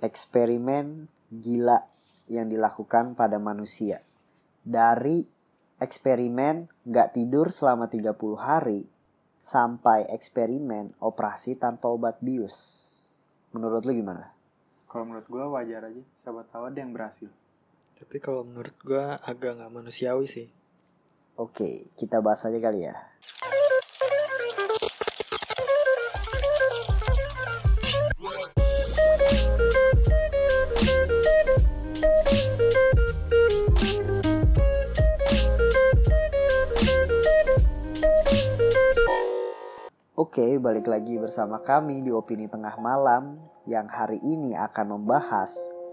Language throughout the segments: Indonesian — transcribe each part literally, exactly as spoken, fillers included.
eksperimen gila yang dilakukan pada manusia. Dari eksperimen gak tidur selama tiga puluh hari sampai eksperimen operasi tanpa obat bius. Menurut lu gimana? Kalau menurut gue wajar aja, siapa tahu ada yang berhasil. Tapi kalau menurut gue agak gak manusiawi sih. Oke, kita bahas aja kali ya. Oke, balik lagi bersama kami di Opini Tengah Malam yang hari ini akan membahas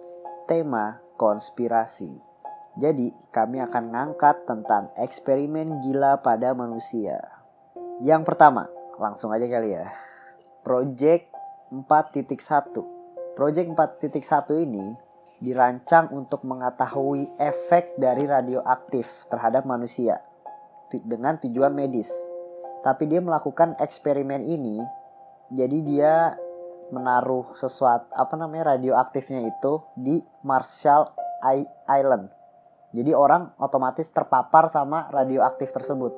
tema konspirasi. Jadi, kami akan ngangkat tentang eksperimen gila pada manusia. Yang pertama, langsung aja kali ya. Project empat titik satu. Project empat titik satu ini dirancang untuk mengetahui efek dari radioaktif terhadap manusia dengan tujuan medis. Tapi dia melakukan eksperimen ini, jadi dia menaruh sesuatu apa namanya radioaktifnya itu di Marshall Island. Jadi orang otomatis terpapar sama radioaktif tersebut.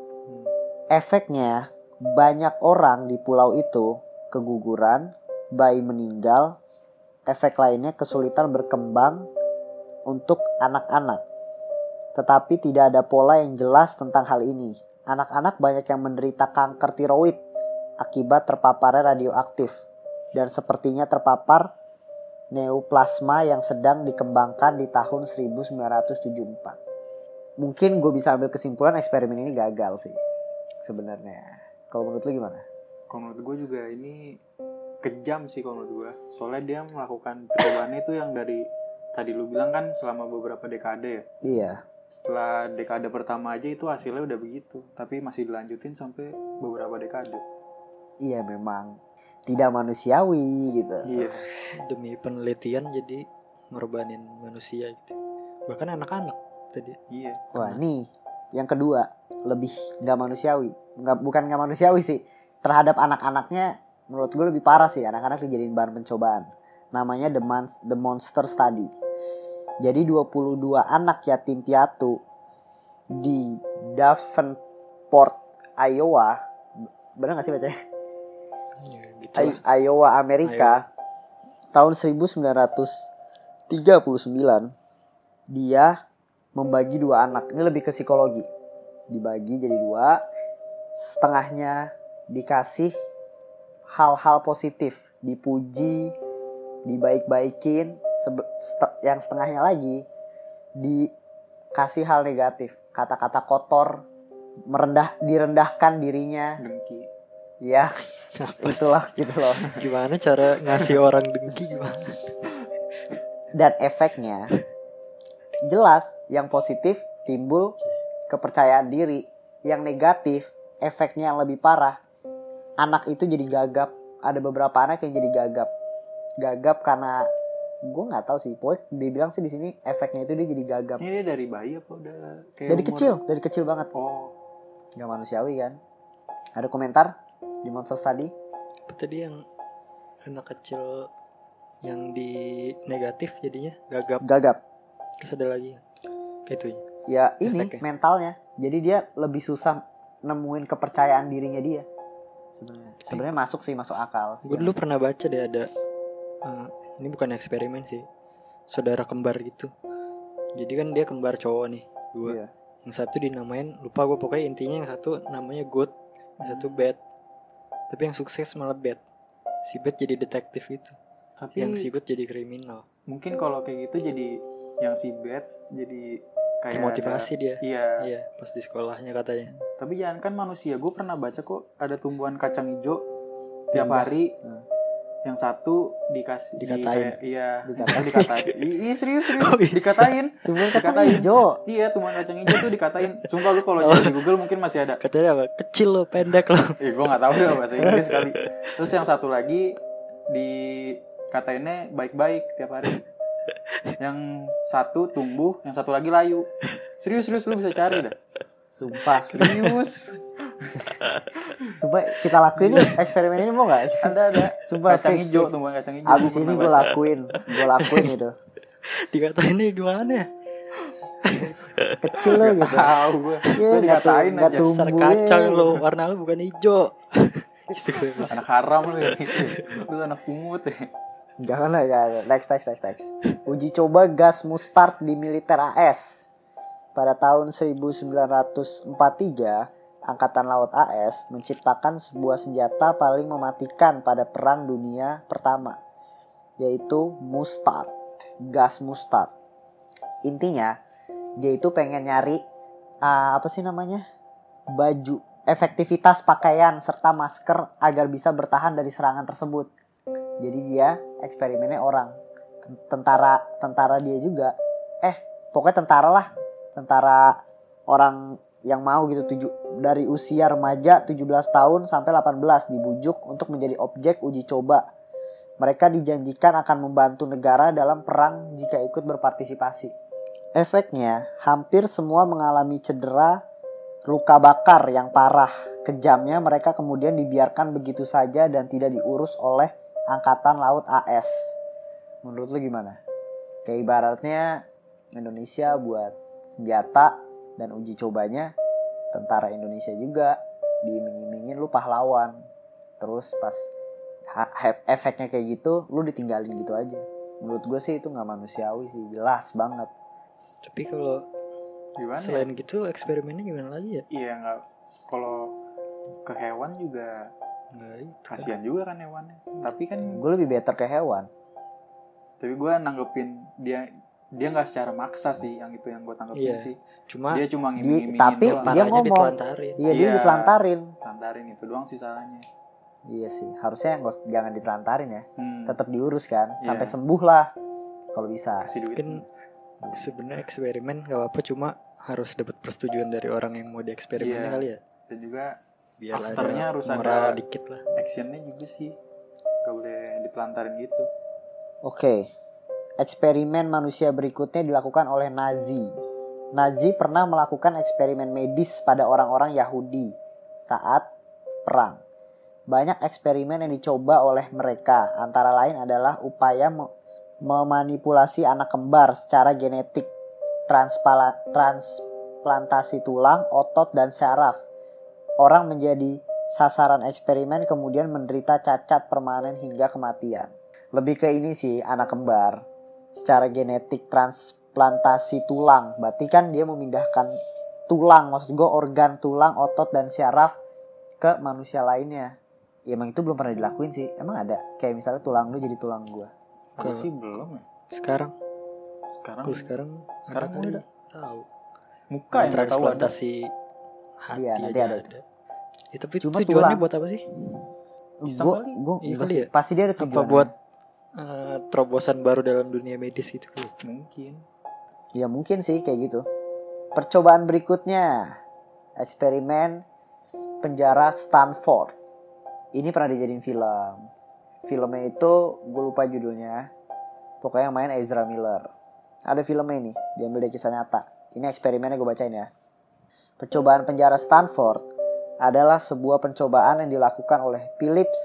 Efeknya banyak orang di pulau itu keguguran, bayi meninggal, efek lainnya kesulitan berkembang untuk anak-anak. Tetapi tidak ada pola yang jelas tentang hal ini. Anak-anak banyak yang menderita kanker tiroid akibat terpaparnya radioaktif dan sepertinya terpapar neoplasma yang sedang dikembangkan di tahun seribu sembilan ratus tujuh puluh empat. Mungkin gue bisa ambil kesimpulan eksperimen ini gagal sih sebenarnya. Kalau menurut lu gimana? Kalau menurut gue juga ini kejam sih kalau menurut gue. Soalnya dia melakukan percobaan itu yang dari tadi lu bilang kan selama beberapa dekade ya. Iya. Setelah dekade pertama aja itu hasilnya udah begitu, tapi masih dilanjutin sampai beberapa dekade. Iya, memang tidak manusiawi gitu. Iya. Demi penelitian jadi ngorbanin manusia gitu. Bahkan anak-anak tadi. Iya. Wah, nih yang kedua lebih nggak manusiawi. Nggak, bukan nggak manusiawi sih. Terhadap anak-anaknya menurut gue lebih parah sih. Anak-anak dijadiin bahan pencobaan. Namanya The, Mon- The Monster Study. Jadi dua puluh dua anak yatim piatu di Davenport, Iowa. Bener gak sih bacanya? Ya, gitu I- Iowa, Amerika. Iowa. Tahun seribu sembilan ratus tiga puluh sembilan. Dia membagi dua anak. Ini lebih ke psikologi. Dibagi jadi dua. Setengahnya dikasih hal-hal positif. Dipuji, dibaik-baikin. Sebe- st- yang setengahnya lagi dikasih hal negatif, kata-kata kotor, merendah direndahkan dirinya, Dengki. ya itulah gitu loh. Gimana cara ngasih orang dengki gimana? Dan efeknya jelas, yang positif timbul kepercayaan diri, yang negatif efeknya yang lebih parah, anak itu jadi gagap. Ada beberapa anak yang jadi gagap gagap karena gue nggak tahu sih, pokoknya dibilang sih di sini efeknya itu dia jadi gagap. Ini dia dari bayi apa udah kayak Dari umur? kecil, dari kecil banget. Oh, Nggak manusiawi kan? Ada komentar di Monster Study? Apa tadi yang anak kecil yang di negatif jadinya gagap. Gagap. Terus ada lagi kayak itu. Ya ini Efeknya. mentalnya. Jadi dia lebih susah nemuin kepercayaan dirinya dia. Sebenarnya, sebenarnya masuk sih, masuk akal. Gue dulu pernah baca deh ada uh, ini bukan eksperimen sih, saudara kembar gitu. Jadi kan dia kembar cowok nih dua. Iya. Yang satu dinamain, lupa gue, pokoknya intinya yang satu namanya good, yang satu bad. Tapi yang sukses malah bad. Si bad jadi detektif gitu. tapi Yang si good jadi kriminal. mungkin kalau kayak gitu jadi yang si bad jadi kayak Termotivasi ada- dia. Iya. Iya, pas di sekolahnya katanya. Tapi jangan kan manusia, gue pernah baca kok ada tumbuhan kacang hijau tiap Iya. hari. Hmm. Yang satu dikasih di- Dikatain. kayak- iya, Dikatain. dikatain. I- Iya serius serius Oh, iya. dikatain. Tumbuhan kacang Dikatain. hijau. Iya, tumbuhan kacang hijau tuh dikatain. Sumpah lu kalau cari di Google mungkin masih ada. Katanya apa? Kecil lo, pendek lo. Eh, gue nggak tahu deh bahasa Inggris kali. Terus yang satu lagi dikatainnya baik-baik tiap hari. Yang satu tumbuh, yang satu lagi layu. Serius serius lu bisa cari dah. Sumpah. Serius. Sumpah kita lakuin nih eksperimen ini mau nggak? Ada ada. Sumpah Kacang fix, hijau, fix. tumbuhan kacang hijau. Abis Gua ini pernah gue baca. lakuin, gue lakuin itu. Dikatain nih gimana ya? Kecil lo gitu. Tahu gue. Iya, Gue nggak dikatain tuh- nggak aja. tumbuh. Dasar Tumbuh, kacang ya. lo, warna lo bukan hijau. Gitu gue bilang. Anak haram lu ya. Lu anak pungut ya. Jangan lah, jangan. Next, next, next, next. Uji coba gas mustard di militer A S. Pada tahun seribu sembilan ratus empat puluh tiga, Angkatan Laut A S menciptakan sebuah senjata paling mematikan pada Perang Dunia Pertama, yaitu mustard, gas mustard. Intinya, dia itu pengen nyari uh, apa sih namanya? Baju, efektivitas pakaian serta masker agar bisa bertahan dari serangan tersebut. Jadi dia eksperimennya orang, tentara tentara dia juga, eh pokoknya tentara lah, tentara orang yang mau gitu tujuh dari usia remaja tujuh belas tahun sampai delapan belas dibujuk untuk menjadi objek uji coba. Mereka dijanjikan akan membantu negara dalam perang jika ikut berpartisipasi. Efeknya, hampir semua mengalami cedera, luka bakar yang parah. Kejamnya mereka kemudian dibiarkan begitu saja dan tidak diurus oleh Angkatan Laut A S. Menurut lu gimana? Kayak ibaratnya Indonesia buat senjata dan uji cobanya tentara Indonesia juga diiming-imingin lu pahlawan. Terus pas ha- efeknya kayak gitu lu ditinggalin gitu aja. Menurut gue sih itu gak manusiawi sih, jelas banget. Tapi kalau Gimana? selain ya? gitu eksperimennya gimana lagi ya? Iya nggak. Kalau ke hewan juga Nggak itu. kasihan juga kan hewannya. Tapi kan Gue lebih better ke hewan. tapi gue nanggepin dia dia nggak secara maksa sih, yang itu yang gue tanggepin Iya. sih. Cuma Dia cuma Di- ngiming-ngimingin tapi doang. dia parahnya ngomong. ditelantarin. Iya, dia Iya. ditelantarin. Lantarin itu doang sih salahnya. Iya sih, harusnya nggak us- jangan ditelantarin ya. Hmm. Tetap diurus kan, Iya. sampai sembuh lah kalau bisa. Kasih duit. Mungkin sebenarnya eksperimen gak apa-apa, cuma harus dapat persetujuan dari orang yang mau dieksperimennya Iya. kali ya. Dan juga Biar Afternya ada harus moral ada- dikit lah. actionnya juga sih. Gak boleh ditelantarin gitu. Oke, eksperimen manusia berikutnya dilakukan oleh Nazi. Nazi pernah melakukan eksperimen medis pada orang-orang Yahudi saat perang. Banyak eksperimen yang dicoba oleh mereka, antara lain adalah upaya me- memanipulasi anak kembar secara genetik, transpala- transplantasi tulang, otot, dan syaraf. Orang menjadi sasaran eksperimen kemudian menderita cacat permanen hingga kematian. Lebih ke ini sih, anak kembar secara genetik transplantasi tulang. Berarti kan dia memindahkan tulang, maksud gue organ tulang, otot, dan syaraf ke manusia lainnya. Ya, emang itu belum pernah dilakuin sih. Emang ada? Kayak misalnya tulang lu jadi tulang gue. Kalau Kalau- sih belum ya. Sekarang, Sekarang kalau sekarang, Sekarang ada kali. ada. Tahu. muka yang nggak tahu ada. Transplantasi hati Iya, nanti aja ada. ada. Ya, tapi Cuma tujuannya tulang. buat apa sih? Iseng Gue, kali. gue, Iya kali ya? pasti dia ada Apa tujuannya. buat eh, terobosan baru dalam dunia medis gitu kali? Mungkin. Ya mungkin sih kayak gitu. Percobaan berikutnya, eksperimen penjara Stanford. Ini pernah dijadiin film. Filmnya itu gue lupa judulnya. Pokoknya yang main Ezra Miller. Ada filmnya ini, diambil dari kisah nyata. Ini eksperimennya gue bacain ya. Percobaan penjara Stanford adalah sebuah pencobaan yang dilakukan oleh Phillips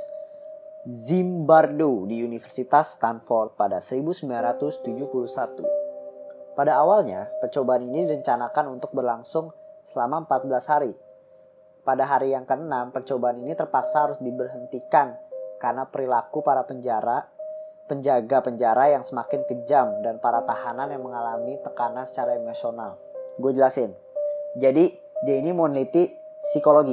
Zimbardo di Universitas Stanford pada seribu sembilan ratus tujuh puluh satu. Pada awalnya, percobaan ini direncanakan untuk berlangsung selama empat belas hari. Pada hari yang keenam, percobaan ini terpaksa harus diberhentikan karena perilaku para penjara, penjaga penjara yang semakin kejam dan para tahanan yang mengalami tekanan secara emosional. Gue jelasin. Jadi, dia ini mau neliti psikologi.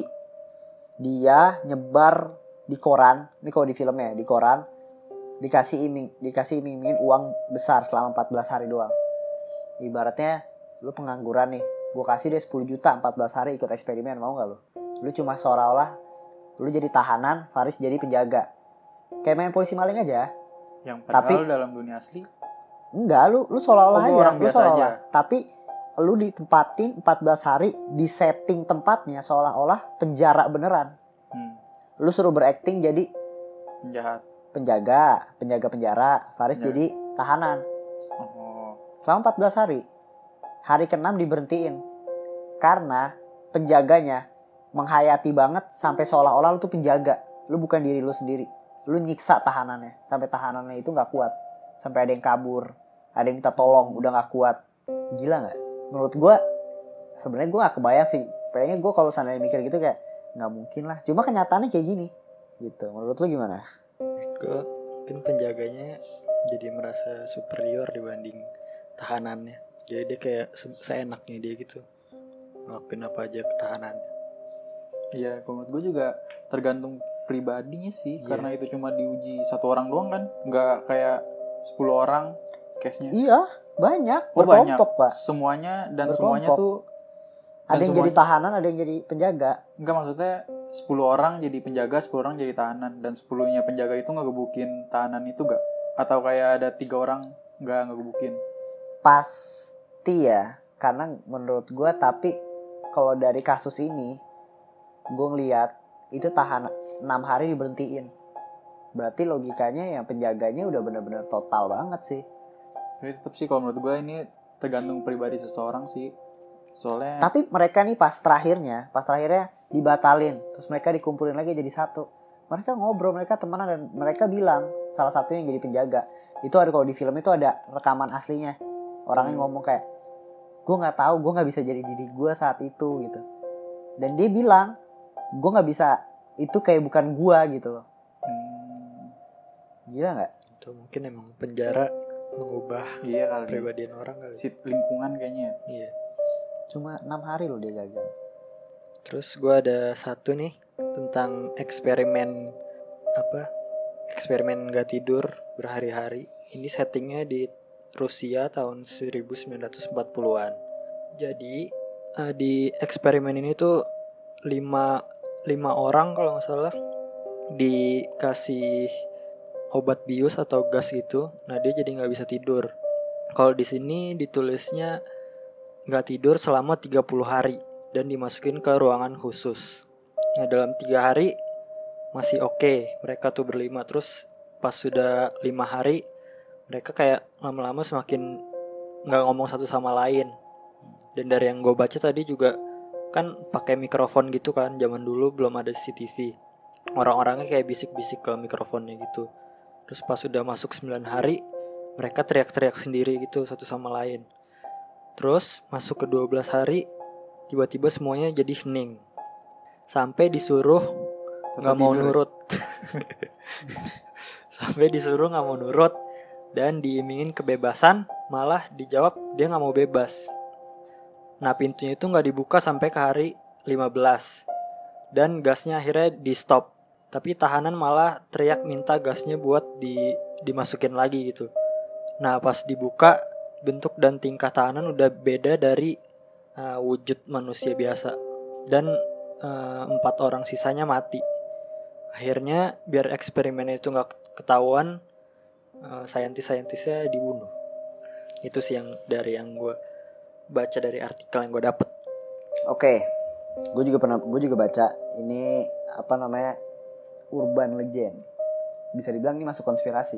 Dia nyebar di koran, ini kalau di filmnya, di koran, dikasih iming, dikasih iming-imingin uang besar selama empat belas hari doang. Ibaratnya, lu pengangguran nih, gue kasih dia sepuluh juta empat belas hari ikut eksperimen, mau gak lu? Lu cuma seolah-olah, lu jadi tahanan, Faris jadi penjaga. Kayak main polisi maling aja. Yang padahal Tapi- dalam dunia asli Enggak, lu lu seolah-olah Oh, lu aja, orang lu biasa seolah-olah. aja. Tapi lu ditempatin empat belas hari, di setting tempatnya seolah-olah penjara beneran. hmm, Lu suruh berakting jadi penjahat. penjaga, penjaga penjara, Faris Ya. jadi tahanan. Oh, Selama empat belas hari. Hari keenam diberhentiin. Karena penjaganya menghayati banget sampai seolah-olah lu tuh penjaga. Lu bukan diri lu sendiri. Lu nyiksa tahanannya sampai tahanannya itu nggak kuat, sampai ada yang kabur, ada yang minta tolong udah nggak kuat. Gila nggak? Menurut gue sebenarnya gue gak kebayang sih. Kayaknya gue kalau seandainya mikir gitu kayak nggak mungkin lah. Cuma kenyataannya kayak gini gitu. Menurut lu gimana? Gue mungkin penjaganya jadi merasa superior dibanding tahanannya. Jadi dia kayak se- seenaknya dia gitu ngelakuin apa aja ke tahanannya. Iya, kalau menurut gue juga tergantung pribadinya sih. Iya. Karena itu cuma diuji satu orang doang kan, nggak kayak sepuluh orang case-nya. Iya banyak. Oh banyak, Berkelompok pak. semuanya dan Berkelompok. semuanya tuh Ada dan yang jadi semuanya- tahanan, ada yang jadi penjaga. Enggak, maksudnya sepuluh orang jadi penjaga, sepuluh orang jadi tahanan, dan sepuluhnya penjaga itu ngegebukin tahanan itu gak? Atau kayak ada tiga orang nggak ngegebukin? Pasti ya, karena menurut gue. Tapi kalau dari kasus ini gue ngeliat itu tahan enam hari diberhentiin. Berarti logikanya yang penjaganya udah benar-benar total banget sih. Tapi tetap sih kalau menurut gue ini tergantung pribadi seseorang sih. Soalnya Tapi mereka nih pas terakhirnya, pas terakhirnya dibatalin, terus mereka dikumpulin lagi jadi satu. Mereka ngobrol, mereka temenan, dan mereka bilang salah satunya yang jadi penjaga. Itu ada, kalau di film itu ada rekaman aslinya. Orangnya Hmm. ngomong kayak, gue nggak tahu, gue nggak bisa jadi diri gue saat itu gitu. Dan dia bilang, gue nggak bisa, itu kayak bukan gue gitu loh. hmm, Gila nggak? Itu mungkin emang penjara mengubah iya kali kepribadian orang kali. si lingkungan kayaknya. Iya. Cuma enam hari loh dia gagal. Terus gue ada satu nih tentang eksperimen apa? Eksperimen gak tidur berhari-hari. Ini settingnya di Rusia tahun seribu sembilan ratus empat puluhan. Jadi eh, di eksperimen ini tuh lima lima orang kalau nggak salah dikasih obat bius atau gas gitu. Nah dia jadi nggak bisa tidur. Kalau di sini ditulisnya nggak tidur selama tiga puluh hari dan dimasukin ke ruangan khusus. Nah dalam tiga hari masih oke okay. Mereka tuh berlima. Terus pas sudah lima hari mereka kayak lama-lama semakin nggak ngomong satu sama lain. Dan dari yang gue baca tadi juga kan pakai mikrofon gitu kan. Zaman dulu belum ada C C T V. Orang-orangnya kayak bisik-bisik ke mikrofonnya gitu. Terus pas sudah masuk sembilan hari mereka teriak-teriak sendiri gitu satu sama lain. Terus masuk ke dua belas hari tiba-tiba semuanya jadi hening. Sampai disuruh nggak mau tidur. nurut. Sampai disuruh nggak mau nurut dan diimingin kebebasan, malah dijawab dia nggak mau bebas. Nah pintunya itu nggak dibuka sampai ke hari lima belas dan gasnya akhirnya di stop. Tapi tahanan malah teriak minta gasnya buat di dimasukin lagi gitu. Nah pas dibuka bentuk dan tingkah tahanan udah beda dari uh, wujud manusia biasa. Dan uh, empat orang sisanya mati. Akhirnya biar eksperimennya itu gak ketahuan, uh, saintis-saintisnya dibunuh. Itu sih yang dari yang gue baca dari artikel yang gue dapet. Oke, gue juga pernah, gue juga baca ini apa namanya, urban legend. Bisa dibilang ini masuk konspirasi.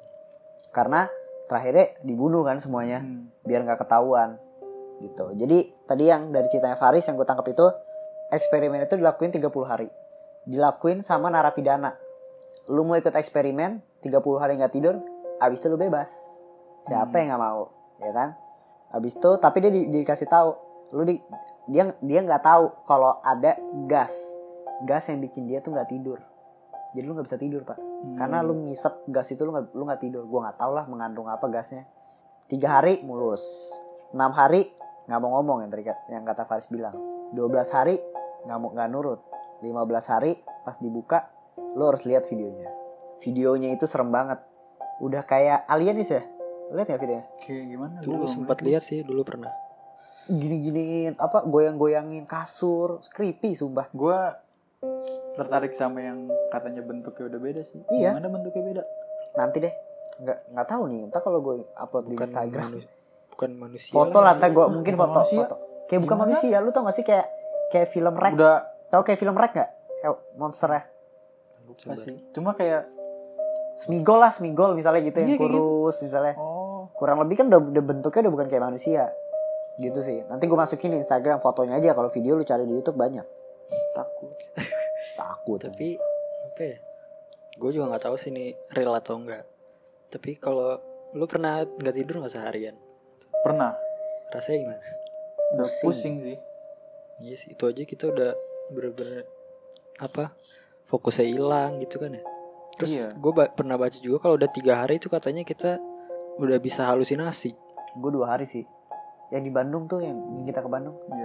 Karena terakhirnya dibunuh kan semuanya, hmm. biar nggak ketahuan gitu. Jadi tadi yang dari ceritanya Faris yang gue tangkap itu, eksperimen itu dilakuin tiga puluh hari, dilakuin sama narapidana. Lu mau ikut eksperimen tiga puluh hari nggak tidur, abis itu lu bebas. Siapa Hmm. yang nggak mau, ya kan? Abis itu tapi dia di, dikasih tahu, lu di, dia dia nggak tahu kalau ada gas, gas yang bikin dia tuh nggak tidur. Jadi lu nggak bisa tidur pak. Hmm. Karena lu ngisep gas itu lu nggak lu nggak tidur. Gue nggak tahu lah mengandung apa gasnya. Tiga hari mulus, enam hari nggak mau ngomong yang tadi yang kata Faris bilang. Dua belas hari nggak mau nggak nurut. Lima belas hari pas dibuka, lu harus lihat videonya. Videonya itu serem banget. Udah kayak Alienis ya. Lu lihat nggak videonya? Kayak gimana? Dulu Gua sempat belum lihat sih, dulu pernah. Gini-giniin apa goyang-goyangin kasur, creepy sumpah. Gue tertarik sama yang katanya bentuknya udah beda sih. Iya. Gimana bentuknya beda? Nanti deh. Nggak nggak tahu nih. Entar kalau gue upload di Bukan Instagram. manu- bukan manusia. Foto lah, ntar gue mungkin Bukan foto, manusia. foto. Kayak bukan Gimana? manusia, lu tau gak sih kayak kayak film Rek? Udah Tau kayak film Rek gak? Kayak monsternya. lupa sih. Cuma kayak Smigol lah, Smigol misalnya gitu yang Iya, kayak gitu. kurus misalnya. oh, Kurang lebih kan udah, udah bentuknya udah bukan kayak manusia. Gitu sih. Nanti gue masukin di Instagram fotonya aja, kalau video lu cari di YouTube banyak. Takut. Takut. Tapi apa ya? Gue juga nggak tahu sih ini real atau enggak. Tapi kalau lu pernah nggak tidur nggak seharian? Pernah. Rasanya gimana? Udah Pusing. pusing sih. Iya sih, itu aja kita udah bener-bener apa fokusnya hilang gitu kan ya. Terus Iya. gue ba- pernah baca juga kalau udah tiga hari itu katanya kita udah bisa halusinasi. Gue dua hari sih. Yang di Bandung tuh yang yang kita ke Bandung Iya.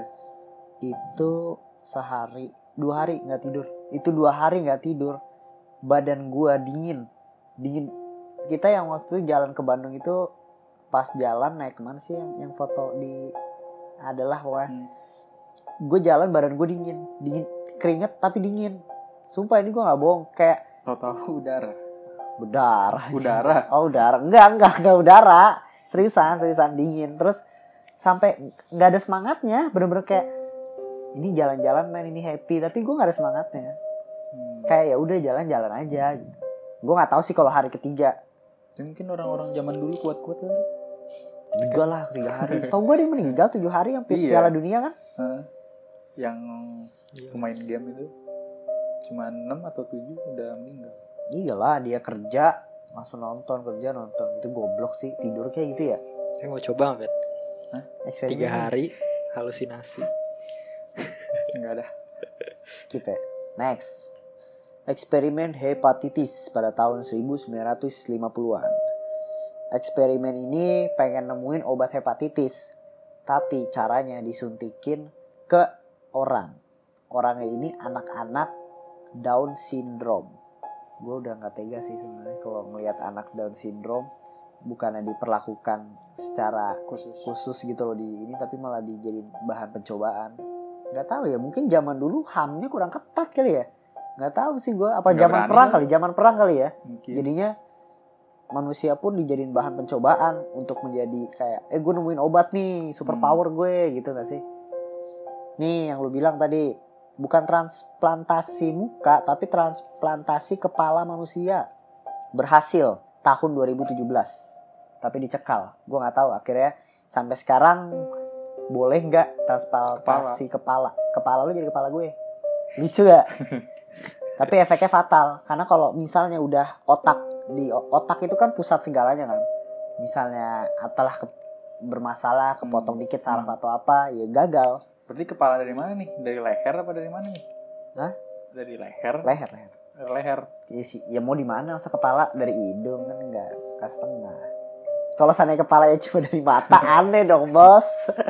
itu sehari dua hari nggak tidur. Itu dua hari nggak tidur. Badan gue dingin, dingin. Kita yang waktu itu jalan ke Bandung itu pas jalan naik kemana sih yang yang foto di adalah pokoknya. Hmm. Gue jalan badan gue dingin, dingin keringet tapi dingin. Sumpah ini gue nggak bohong, kayak Tahu-tahu udara. berdarah. Udara. Oh udara, enggak enggak enggak udara. Seriusan seriusan dingin. Terus sampai nggak ada semangatnya, bener-bener kayak ini jalan-jalan main ini happy, tapi gue nggak ada semangatnya. Hmm. Kayak ya udah jalan-jalan aja. Gue nggak tahu sih kalau hari ketiga. Mungkin orang-orang zaman dulu kuat-kuat kan. Enggak lah tiga hari. Setahu gue dia meninggal tujuh hari yang pi- Iya. Piala Dunia kan? Hah? Yang Iya. pemain game itu cuma enam atau tujuh udah meninggal. Iyalah dia kerja langsung nonton kerja nonton itu goblok sih tidur kayak gitu ya. Saya mau coba nggak? Eksperimen. Tiga hari halusinasi. Enggak ada. Skip ya. Next. Eksperimen hepatitis pada tahun seribu sembilan ratus lima puluhan. Eksperimen ini pengen nemuin obat hepatitis. Tapi caranya disuntikin ke orang. Orangnya ini anak-anak Down syndrome. Gue udah gak tega sih sebenarnya kalau ngelihat anak Down syndrome. Bukannya diperlakukan secara Khusus. khusus gitu loh di ini, tapi malah dijadiin bahan pencobaan. Gak tahu ya, mungkin zaman dulu H A M-nya kurang ketat kali ya. Gak tahu sih gue, apa Nggak zaman berani perang kan? kali, zaman perang kali ya. Mungkin. Jadinya manusia pun dijadiin bahan pencobaan untuk menjadi kayak, eh gue nemuin obat nih, super Hmm. power gue gitu gak sih? Nih yang lu bilang tadi, bukan transplantasi muka, tapi transplantasi kepala manusia. Berhasil tahun dua ribu tujuh belas. Tapi dicekal. Gue gak tahu akhirnya sampai sekarang boleh gak transplantasi kepala. Kepala lu jadi kepala gue. Lucu gak? Tapi efeknya fatal. Karena kalau misalnya udah otak, di otak itu kan pusat segalanya kan. Misalnya telah ke, bermasalah, kepotong dikit saraf Hmm. atau apa, ya gagal. Berarti kepala dari mana nih? Dari leher apa dari mana nih? Hah? Dari leher. Leher, leher. Dari leher. Ya, sih, ya mau di mana? Masa kepala dari hidung kan enggak, enggak setengah. Kalau seandainya kepala ya cuma dari mata, aneh dong bos.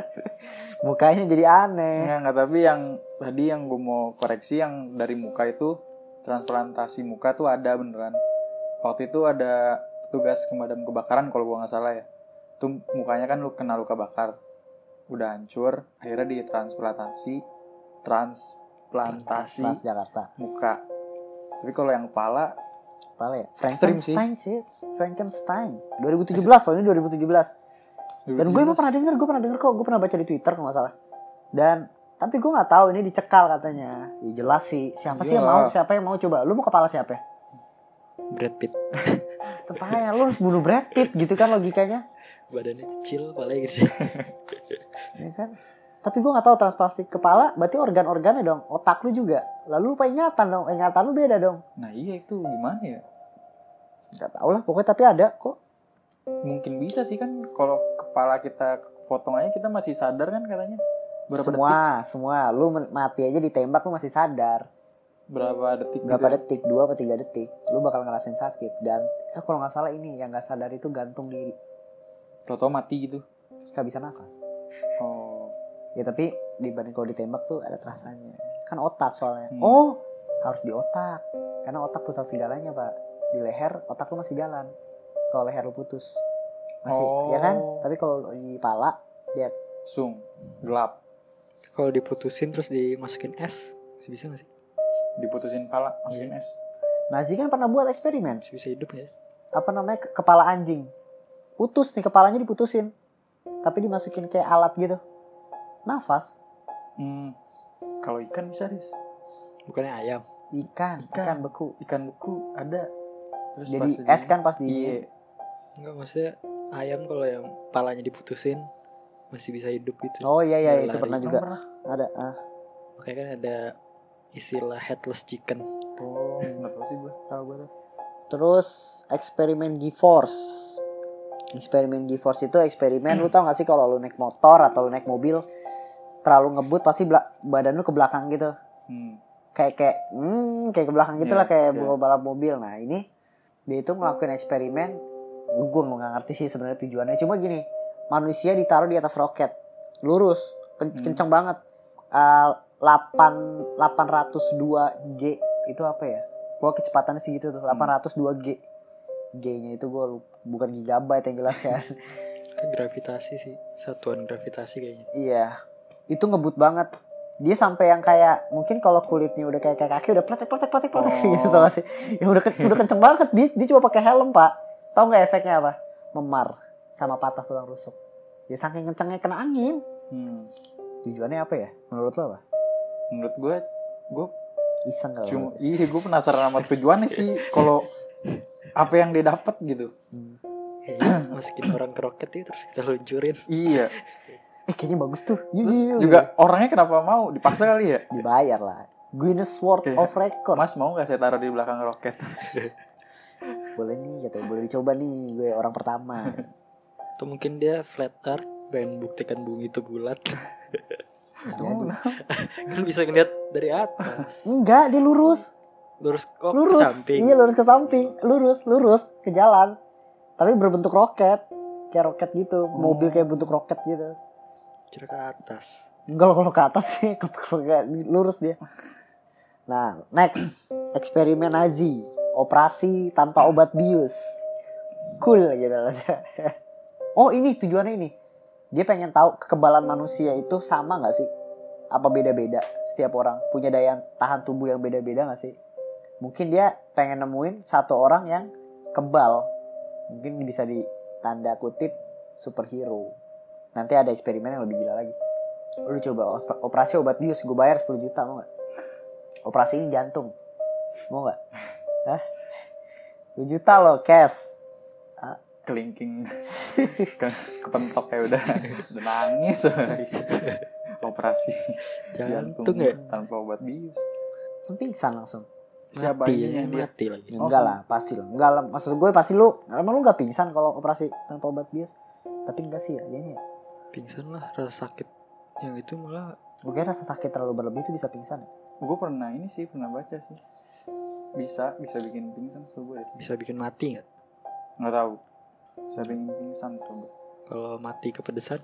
Mukanya jadi aneh. Enggak, enggak, tapi yang tadi yang gue mau koreksi yang dari muka itu transplantasi muka tuh ada beneran. Waktu itu ada petugas pemadam kebakaran kalau gue nggak salah ya. Tuh mukanya kan lu kena luka bakar, udah hancur, akhirnya ditransplantasi, transplantasi Trans Jakarta. muka. Tapi kalau yang kepala Kepala ya. Ekstrim sih. Frankenstein sih. Frankenstein. dua ribu tujuh belas loh, ini dua ribu tujuh belas. Dan gue emang pernah denger, gue pernah denger kok, gue pernah baca di Twitter kalau nggak salah. Dan tapi gue nggak tahu ini dicekal katanya. Ya jelas sih. Siapa sih yang mau? Iyalah. Siapa yang mau coba? Lu mau kepala siapa? Brad Pitt. Tepatnya lu harus bunuh Brad Pitt gitu kan logikanya. Badannya kecil, kepalanya gede. Ya kan? Tapi gue gak tahu transplantasi kepala berarti organ-organnya dong. Otak lu juga. Lalu lupa ingatan dong. Ingatan lu beda dong. Nah iya itu gimana ya? Gak tau lah. Pokoknya tapi ada kok. Mungkin bisa sih kan kalau kepala kita potong aja kita masih sadar kan katanya. Berapa semua. detik? Semua. Lu men- mati aja ditembak lu masih sadar. Berapa detik? Berapa gitu ya? detik? Dua atau tiga detik. Lu bakal ngerasain sakit. Dan eh, kalau gak salah ini yang gak sadar itu gantung diri. Tau-tau mati gitu. Gak bisa nafas. Oh. Ya tapi dibanding kalau ditembak tuh ada terasanya. Kan otak soalnya. Hmm. Oh harus di otak. Karena otak pusat segalanya pak. Di leher otak lu masih jalan. Kalau leher lu putus masih, Oh. ya kan? Tapi kalau di pala dia Sung. Gelap. Kalau diputusin terus dimasukin es, masih bisa nggak sih? Diputusin pala, masukin Iya. es. Nazi kan pernah buat eksperimen. Masih bisa hidup ya? Apa namanya ke- kepala anjing. Putus nih kepalanya diputusin. Tapi dimasukin kayak alat gitu. Nafas. Hmm. Kalau ikan bisa Riz. Bukannya ayam? Ikan, ikan, Ikan. beku. Ikan beku ada. Terus Jadi pas es kan pas di Iya. Enggak, maksudnya ayam kalau yang palanya diputusin masih bisa hidup gitu. Oh iya iya Dia itu lari. pernah Emang juga. pernah? Ada ah. Makanya kan ada istilah headless chicken. Oh, nggak tahu sih gue. Tahu gue tuh. Terus eksperimen G-force. Eksperimen G-force itu eksperimen lu tau gak sih kalau lu naik motor atau lu naik mobil terlalu ngebut pasti bela- badan lu ke belakang gitu. Hmm. Kayak kayak hmm, kayak ke belakang gitu lah Yeah, kayak yeah. balap mobil. Nah, ini dia itu ngelakuin eksperimen. Gue nggak ngerti sih sebenarnya tujuannya. Cuma gini, manusia ditaruh di atas roket lurus, ken- Hmm. kenceng banget. Uh, delapan delapan ratus dua G itu apa ya? Gua kecepatannya segitu tuh, delapan ratus dua G. G-nya itu gue bukan gigabyte yang jelas ya. Kan gravitasi sih, satuan gravitasi kayaknya. Iya. Itu ngebut banget. Dia sampai yang kayak mungkin kalau kulitnya udah kayak, kayak kaki udah pletek pletek pletek pletek Oh. gitu tau gak sih? Yang udah ke- udah kenceng banget. Dia, dia cuma pakai helm, Pak. Tahu nggak efeknya apa? Memar sama patah tulang rusuk. Ya saking kencengnya kena angin. Hmm. Tujuannya apa ya? Menurut lo apa? Menurut gue, gue Iseng kalau cuma menurut lo. iya gue penasaran sama tujuannya sih. Kalau apa yang dia dapat gitu. Hmm. Kayaknya masukin orang ke roket itu terus kita luncurin. Iya. Eh kayaknya bagus tuh. Yuk, Terus yuk, yuk. juga orangnya kenapa mau? Dipaksa kali ya? Dibayar lah. Guinness World Kayak, of Record. Mas mau nggak saya taruh di belakang roket? Boleh nih, katanya boleh dicoba nih. Gue orang pertama. Atau mungkin dia flat earth, pengen buktikan bumi itu bulat. Oh, nah. Kan bisa ngeliat dari atas. Enggak, dia lurus. Lurus kok Lurus. ke samping. Iya, lurus ke samping. Lurus, lurus ke jalan. Tapi berbentuk roket. Kayak roket gitu. Mobil kayak bentuk roket gitu. Kira ke atas. Enggak, kalau ke atas sih kalau enggak lurus dia. Nah, next eksperimen Nazi, operasi tanpa obat bius. Cool gitu loh. Oh, ini tujuannya ini. Dia pengen tahu kekebalan manusia itu sama nggak sih? Apa beda-beda setiap orang? Punya daya tahan tubuh yang beda-beda nggak sih? Mungkin dia pengen nemuin satu orang yang kebal. Mungkin bisa ditanda kutip superhero. Nanti ada eksperimen yang lebih gila lagi. Lu coba operasi obat bius, gue bayar sepuluh juta, mau gak? Operasi ini jantung, mau gak? Hah? sepuluh juta loh, cash. Ah, Kelingking Ke- kepentok kayak udah udah nangis. Operasi Jantung ya? tanpa obat bius. pingsan langsung. Siapa Mati ininya ya, dia? mati lagi. Ya, enggak lah, pasti lah. Enggak lah, maksud gue pasti lu, emang lu gak pingsan kalau operasi tanpa obat bius? Tapi enggak sih ya, kayaknya. Pingsan lah, rasa sakit. Yang itu malah Gue kira rasa sakit terlalu berlebih itu bisa pingsan ya? Gue pernah ini sih pernah baca sih. Bisa bisa bikin pingsan setahu gue deh. bisa bikin mati gak? Nggak tahu. Bisa bikin pingsan setahu gue. Kalau mati kepedesan.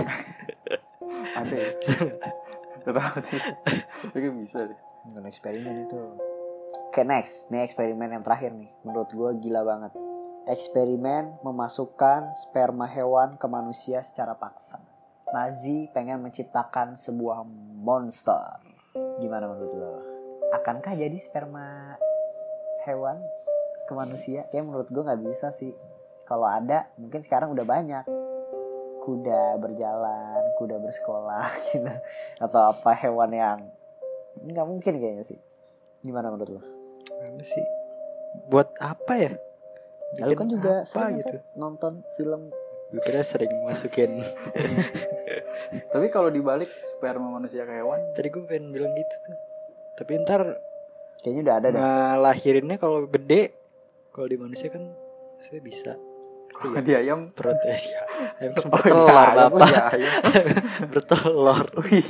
Ada ya? Nggak tahu sih. Tapi bisa deh. Bukan eksperimen itu. Oke, next. Ini eksperimen yang terakhir nih. Menurut gue gila banget. Eksperimen memasukkan sperma hewan ke manusia secara paksa. Nazi pengen menciptakan sebuah monster. Gimana menurut lo? Akankah jadi sperma hewan ke manusia? Kayak menurut gue gak bisa sih. Kalau ada, mungkin sekarang udah banyak. Kuda berjalan, kuda bersekolah gitu. Atau apa hewan yang gak mungkin kayaknya sih. Gimana menurut lo? Mana sih? Buat apa ya? Lalu kan juga apa sering gitu. apa, nonton film. Gue kira sering masukin. Tapi kalau dibalik sperma manusia ke hewan, Tadi gue pengen bilang gitu tuh. Tapi ntar Kayaknya udah ada dah. ngelahirinnya kalau gede. Kalau di manusia kan maksudnya bisa. kalau di ayam Protein ya. Ayam kan Oh, bertelur iya, ayam, bapak. iya, ayam. Bertelur.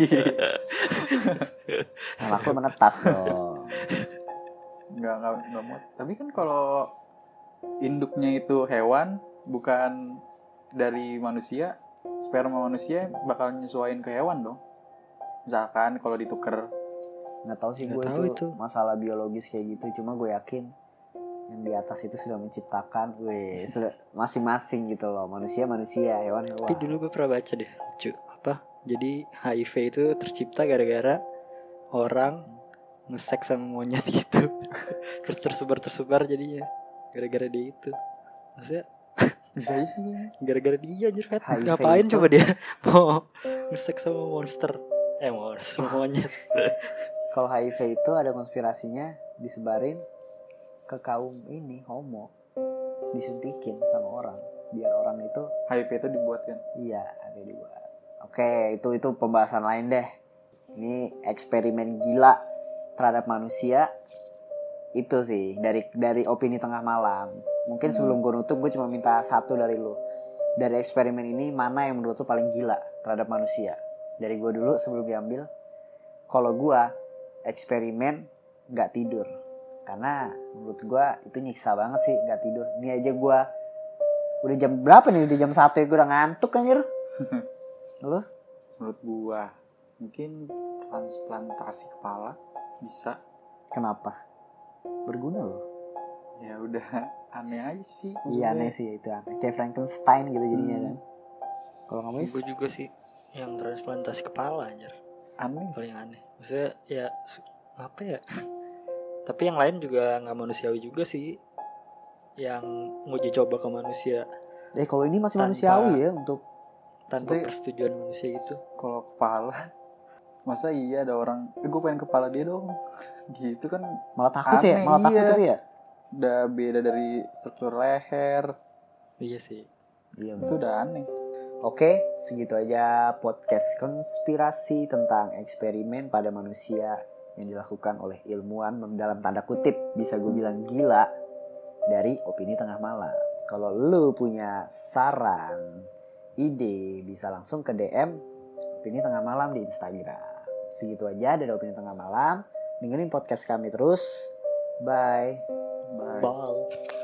Nah, aku menetas dong. nggak nggak nggak mau. Tapi kan kalau induknya itu hewan bukan dari manusia, sperma manusia bakal nyesuaiin ke hewan dong. Misalkan kalau ditukar. Nggak tahu sih Nggak gue tahu itu, itu. masalah biologis kayak gitu. Cuma gue yakin yang di atas itu sudah menciptakan, weh, sudah masing-masing gitu loh. Manusia manusia, hewan hewan. Tapi dulu gue pernah baca deh, lucu. Apa? Jadi H I V itu tercipta gara-gara orang nge-seks sama monyet gitu. Terus tersebar-tersebar jadinya gara-gara dia itu. Maksudnya Bisa aja sih. gara-gara dia anjir Fat. H I V Ngapain itu- coba dia mau nge-seks sama monster. Eh monster monyet. Kalau H I V itu ada konspirasinya disebarin ke kaum ini homo, disuntikin sama orang biar orang itu H I V itu dibuat kan. iya ada dibuat. Oke, itu itu pembahasan lain deh. Ini eksperimen gila terhadap manusia itu sih dari dari opini tengah malam. Mungkin Hmm. sebelum gue nutup, gue cuma minta satu dari lu. Dari eksperimen ini mana yang menurut lu paling gila terhadap manusia? Dari gue dulu sebelum diambil. Kalau gue eksperimen nggak tidur, karena menurut gue itu nyiksa banget sih nggak tidur. Ini aja gue udah jam berapa nih? Udah jam satu ya gue udah ngantuk anjir. Lu? Menurut gua mungkin transplantasi kepala bisa. Kenapa? Berguna loh. Ya udah aneh aja sih. Iya maksudnya. aneh sih itu aneh. Kayak Frankenstein gitu jadinya Hmm. kan. Kalau kamu is? Gue juga sih yang transplantasi kepala anjir. Aneh. Paling aneh. Maksudnya ya su- apa ya? Tapi yang lain juga nggak manusiawi juga sih. Yang nguji coba ke manusia Eh kalau ini masih Tanpa- manusiawi ya untuk tanpa Maksudnya- persetujuan manusia gitu. Kalau kepala, masa iya ada orang, eh gue pengen kepala dia dong. Gitu kan malah takut ya, Aneh, malah takut iya. tapi ya. udah beda dari struktur leher. Iya sih. Iya. Itu udah aneh. Oke, segitu aja podcast konspirasi tentang eksperimen pada manusia yang dilakukan oleh ilmuwan dalam tanda kutip bisa gue bilang gila dari opini tengah malam. Kalau lu punya saran, ide bisa langsung ke D M opini tengah malam di Instagram. Segitu aja dari opini tengah malam. Dengerin podcast kami terus. Bye. Bye. Bal.